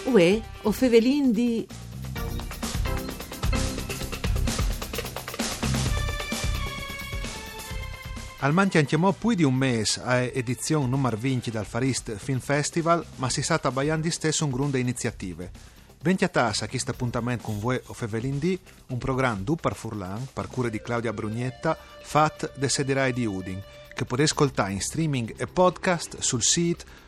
Uè, o fevelin di... Al mantiamo più di un mese a edizione numero 20 dal Farist Film Festival, ma si sta tabbaiando stesso un grunde iniziative. Venti a tassa questo appuntamento con voi o Fevelin D, un programma du par Furlan, par cura di Claudia Brugnetta, fatto de Sederai di Udin, che potete ascoltare in streaming e podcast sul sito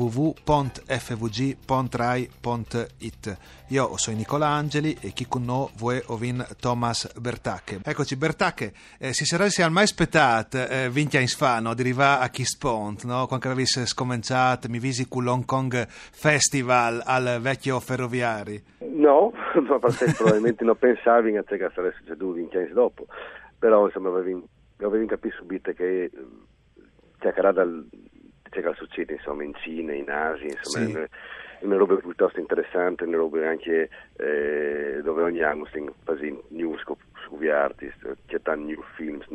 www.fvg.rai.it. Io sono Nicola Angeli e chi con noi vuoi ovin Thomas Bertacche. Eccoci Bertacche, si sarà mai aspettato vinti in sfano di arrivare a Kiss Point, no? Quando avessi scominciato mi visi con l'Hong Kong Festival al vecchio ferroviari. No, perché probabilmente non pensavi a te che sarebbe succeduto 20 anni dopo, però insomma avevi capito subito che cercherà che succede insomma in Cina, in Asia, insomma sì. Una roba piuttosto interessante, una roba anche dove ogni anno si fa news su artisti, c'è tanti new films,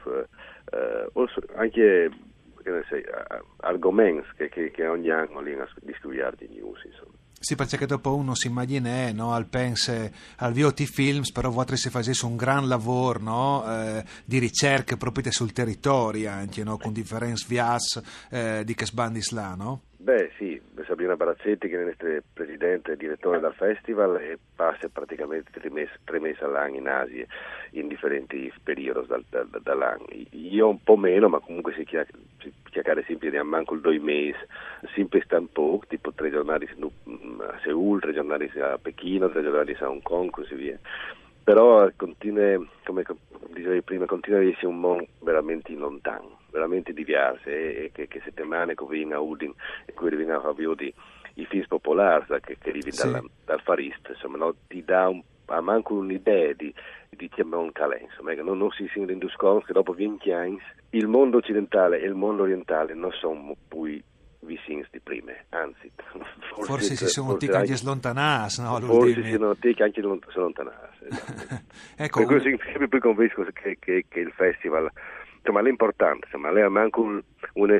anche che ne sai, argomenti che ogni anno lì di studiare di news insomma. Sì, perché dopo uno si immagina, no, al VOT Films, però vuoi si facesse un gran lavoro, no, di ricerca proprio sul territorio anche, no, con differenti vias di che sbandis là, no? Beh sì, Sabrina Barazzetti che è il nostro presidente e direttore del festival e passa praticamente 3 mesi all'anno in Asia in differenti periodi dall'anno. Io un po' meno, ma comunque si chiacchiera sempre di manco 2 mesi, sempre sta un po', tipo 3 giornate a Seul, 3 giornate a Pechino, 3 giornate a Hong Kong, così via. Però continua, come dicevi prima, continua ad essere un mondo veramente lontano, veramente diverso, e che settimane che vengono a Udin e che vengono a vedere i film popolari che arrivano dal Farist, insomma, no? Ti dà manco un'idea di che mondo calè, insomma, che non si rendono conto che dopo 20 anni il mondo occidentale e il mondo orientale non sono più vicini di prima, anzi forse si sono anche slontanati, no? Forse si sono anche slontanati, ecco, per cui sono sempre più convinto che il festival, insomma, l'importante, insomma, lei ha manco un'idea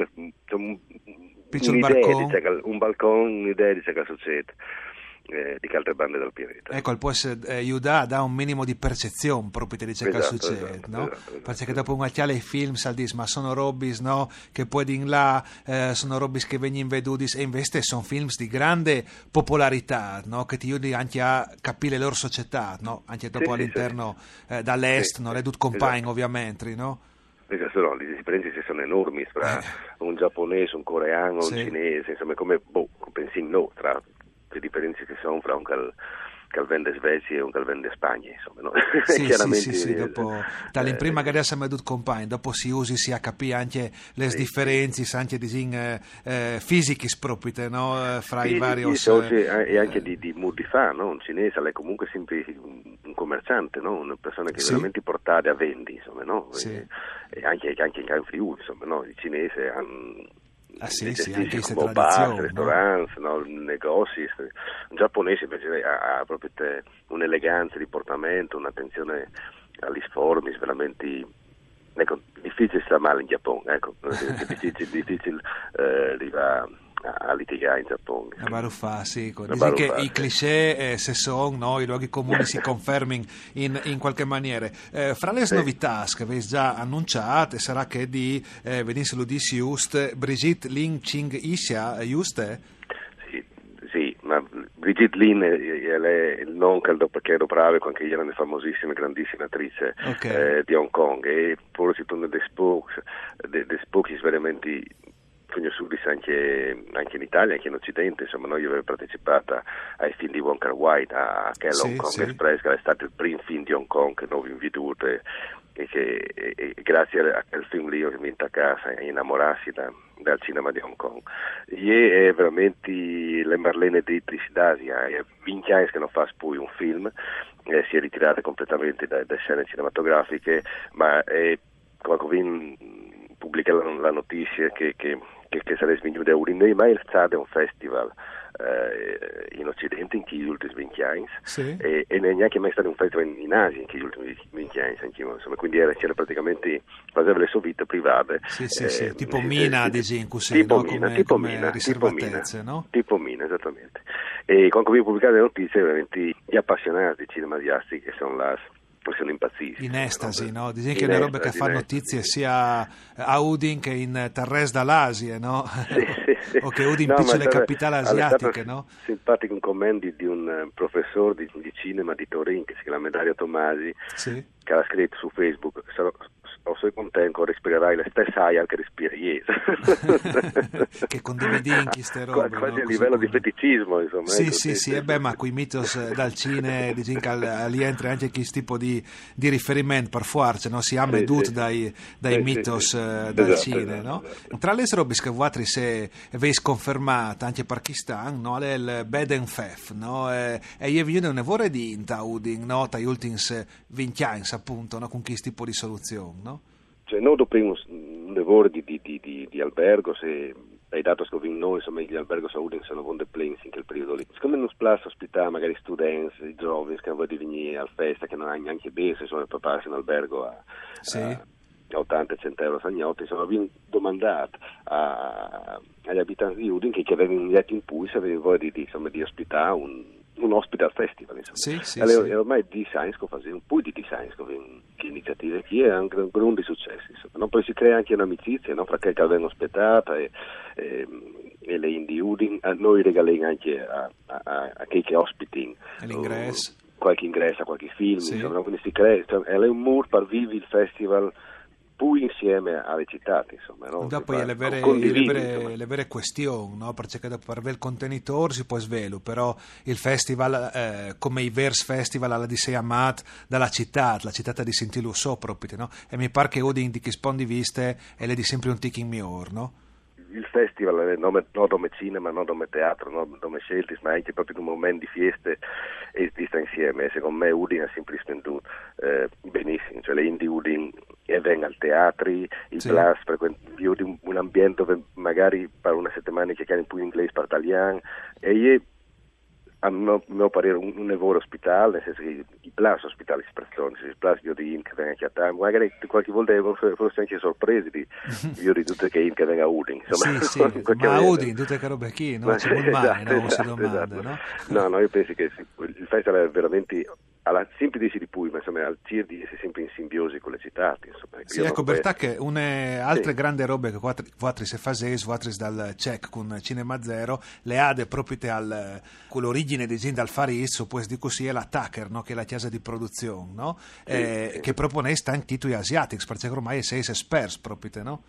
un balcone, un'idea di ciò che succede di che altre bande del pianeta. Ecco, può aiutare a dare un minimo di percezione proprio di ciò che succede, no? Perché dopo un occhiale ai film si dice, ma sono robis, no? Che poi di là sono robis che vengono veduti e invece sono film di grande popolarità, no? Che ti aiutano anche a capire le loro società, no? Anche dopo all'interno dall'est, no? Le due compagne ovviamente, no? Perché sono, le differenze sono enormi tra un giapponese, un coreano, un cinese, insomma, come pensi no, tra le differenze che sono fra un calvende Svezia e un calvende Spagna, insomma, no? Chiaramente, sì, dopo dall'imprima che adesso due compagni, dopo si usi si a capire anche le differenze anche di fisiche proprio, no? Fra i vari e anche di molti fa, no? Un cinese è comunque sempre un commerciante, no? Una persona che è veramente portata a vendi, insomma, no? E anche in Gran Friuli, insomma, no? I cinesi hanno anche come bar, ristoranti, no? Negozi. Un giapponese invece ha proprio un'eleganza di portamento, un'attenzione agli formi veramente, ecco, difficile sta male in Giappone, ecco, difficile arrivare a litigare in Giappone. Sì. Dici che i cliché se sono, no? I luoghi comuni si confermino in qualche maniera. Fra le novità che avete già annunciate sarà che di venisse lo dissi just Brigitte Lin Ching Isha, giusto? Sì, ma Brigitte Lin è il nome perché ero bravo anche era una famosissima, grandissima attrice di Hong Kong e poi si torna dei spocchi veramente conosciuti anche in Italia, anche in Occidente, insomma, noi avevo partecipato ai film di Wong Kar-wai, che è l'Hong Kong Express, che è stato il primo film di Hong Kong che noi abbiamo veduto e grazie al film lì ho vinto a casa a innamorarsi dal cinema di Hong Kong. E è veramente le Marlene Dietrich d'Asia, è 20 anni che non fa più un film, si è ritirata completamente dalle scene cinematografiche, ma come pubblica la notizia che che sarebbe venuto a Udine. Noi mai è stato un festival in Occidente in gli ultimi 20 anni e non è neanche mai stato un festival in Asia in gli ultimi 20 anni, insomma, quindi c'era praticamente, faceva le sue vite private. Sì, tipo Mina, tipo Mina, esattamente. E quando vi pubblicate le notizie, veramente gli appassionati di cinema asiatico che sono impazziti. In estasi, no? Dicono che è una roba che fa notizie sia a Udine che in Terres dall'Asia, no? Sì. O che Udine piccole capitali asiatiche, no? Simpatico un commento di un professore di cinema di Torino che si chiama Dario Tomasi, che ha scritto su Facebook: sono contento, respirerai le stesse aria che respira ieri. Che condividi in queste robe, quasi a livello di feticismo, insomma. Sì, ma quei mitos dal cinema dicono che lì entra anche questo tipo di riferimento per forza, no? Si ama dai mitos dal cinema, no? Tra le robe che voi se avete confermato anche Pakistan, no? È il Beden Fef, no? E io vi ne vorrei di Udine, no? Tra gli ultimi 20 anni, appunto, no? Con questo tipo di soluzione, no? Cioè, noi dopo un lavoro di albergo, se hai dato scovino noi, insomma, gli alberghi a Udine sono von de plens in quel periodo lì. Siccome non splash ospitare magari studenti, giovani che hanno voglia di venire al festa, che non hanno neanche beso, insomma, per pararsi in albergo a 80-100 euro sagnotti, insomma, abbiamo domandato agli abitanti di Udine che avevano letto in pui se avevano voglia di ospitare un ospite al festival, insomma. E ormai di design un po' di design che iniziative che è anche un grande successo, insomma. No? Poi si crea anche un'amicizia, no? Fra che vengono ospitata e le indie Udine, noi regaliamo anche a chi che ospiti l'ingresso, qualche ingresso a qualche film, insomma, no? Quindi si crea, è un mood per vivere il festival poi insieme alle città, insomma, no? Dopo le vere questioni, no? Perché dopo per il contenitore si può svelo, però il festival, come i vers festival alla di sei amat dalla città, la città di sentirlo so proprio, no? E mi pare che Udine di che spondi viste e le di sempre un ticking miglior, no? Il festival è non come cinema, non come teatro, non come scelti, ma anche proprio un momento di feste e di stare insieme. E secondo me Udine ha sempre spenduto benissimo, cioè le indie Udine e vengono al teatro, il plus, io di un ambiente dove magari per una settimana che chiamano poi in inglese per italiano, e io a mio parere un lavoro ospitale, nel senso che i plus ospitali si persone, i plus io di che vengono a Chiattà, magari qualche volta forse anche sorpresi di tutte che vengono a Udine, insomma. Sì, ma a Udine tutte che robe qui, no? C'è un male, no? Si domanda, no? No, io penso che il festival è veramente alla semplice di Pui, ma insomma al CIR di essere sempre in simbiosi con le città, insomma. Sì, ecco, Bertà che altre grandi robe che quattro se fases, quattro dal CEC con Cinema Zero, le ade proprio con l'origine di Zin dal Faris, poi di così è la Tucker, no? Che è la chiesa di produzione, no? Che propone tanti titoli asiatici, perché ormai sei esperti proprio, no?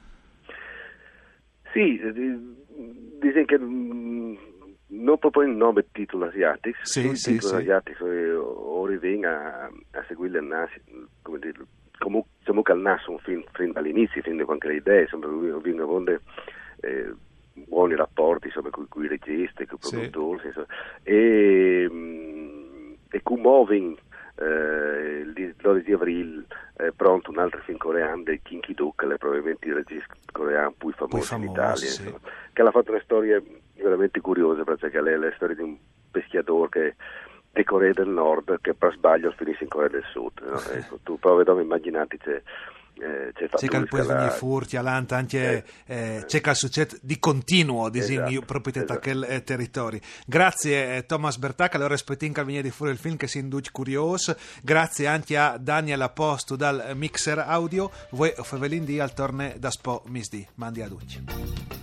Sì, dicono che non proprio il nome titolo asiatico, titolo asiatico ora venga a seguire il NAS, come dirlo, comunque al NAS un film dall'inizio, fin da qualche idea, insomma, vengono buoni rapporti, insomma, con i registi, con i produttori, insomma, e commuovono il 12 aprile pronto un altro film coreano del Kim Ki-duk, che è probabilmente il regista coreano più famoso in Italia, insomma, che ha fatto una storia veramente curiosa, perché è la storia di un peschiatore di Corea del Nord che per sbaglio finisce in Corea del Sud, no? Ecco, tu provi a immaginarti c'è che poi venire furti all'anta anche c'è che succede di continuo proprio da quel territorio. Grazie Thomas Bertà, allora aspettiamo che venire fuori il film che si induce curioso. Grazie anche a Daniel Aposto dal Mixer Audio. Voi Fevelin di al torne da Spo Misdi mandi a Ducci.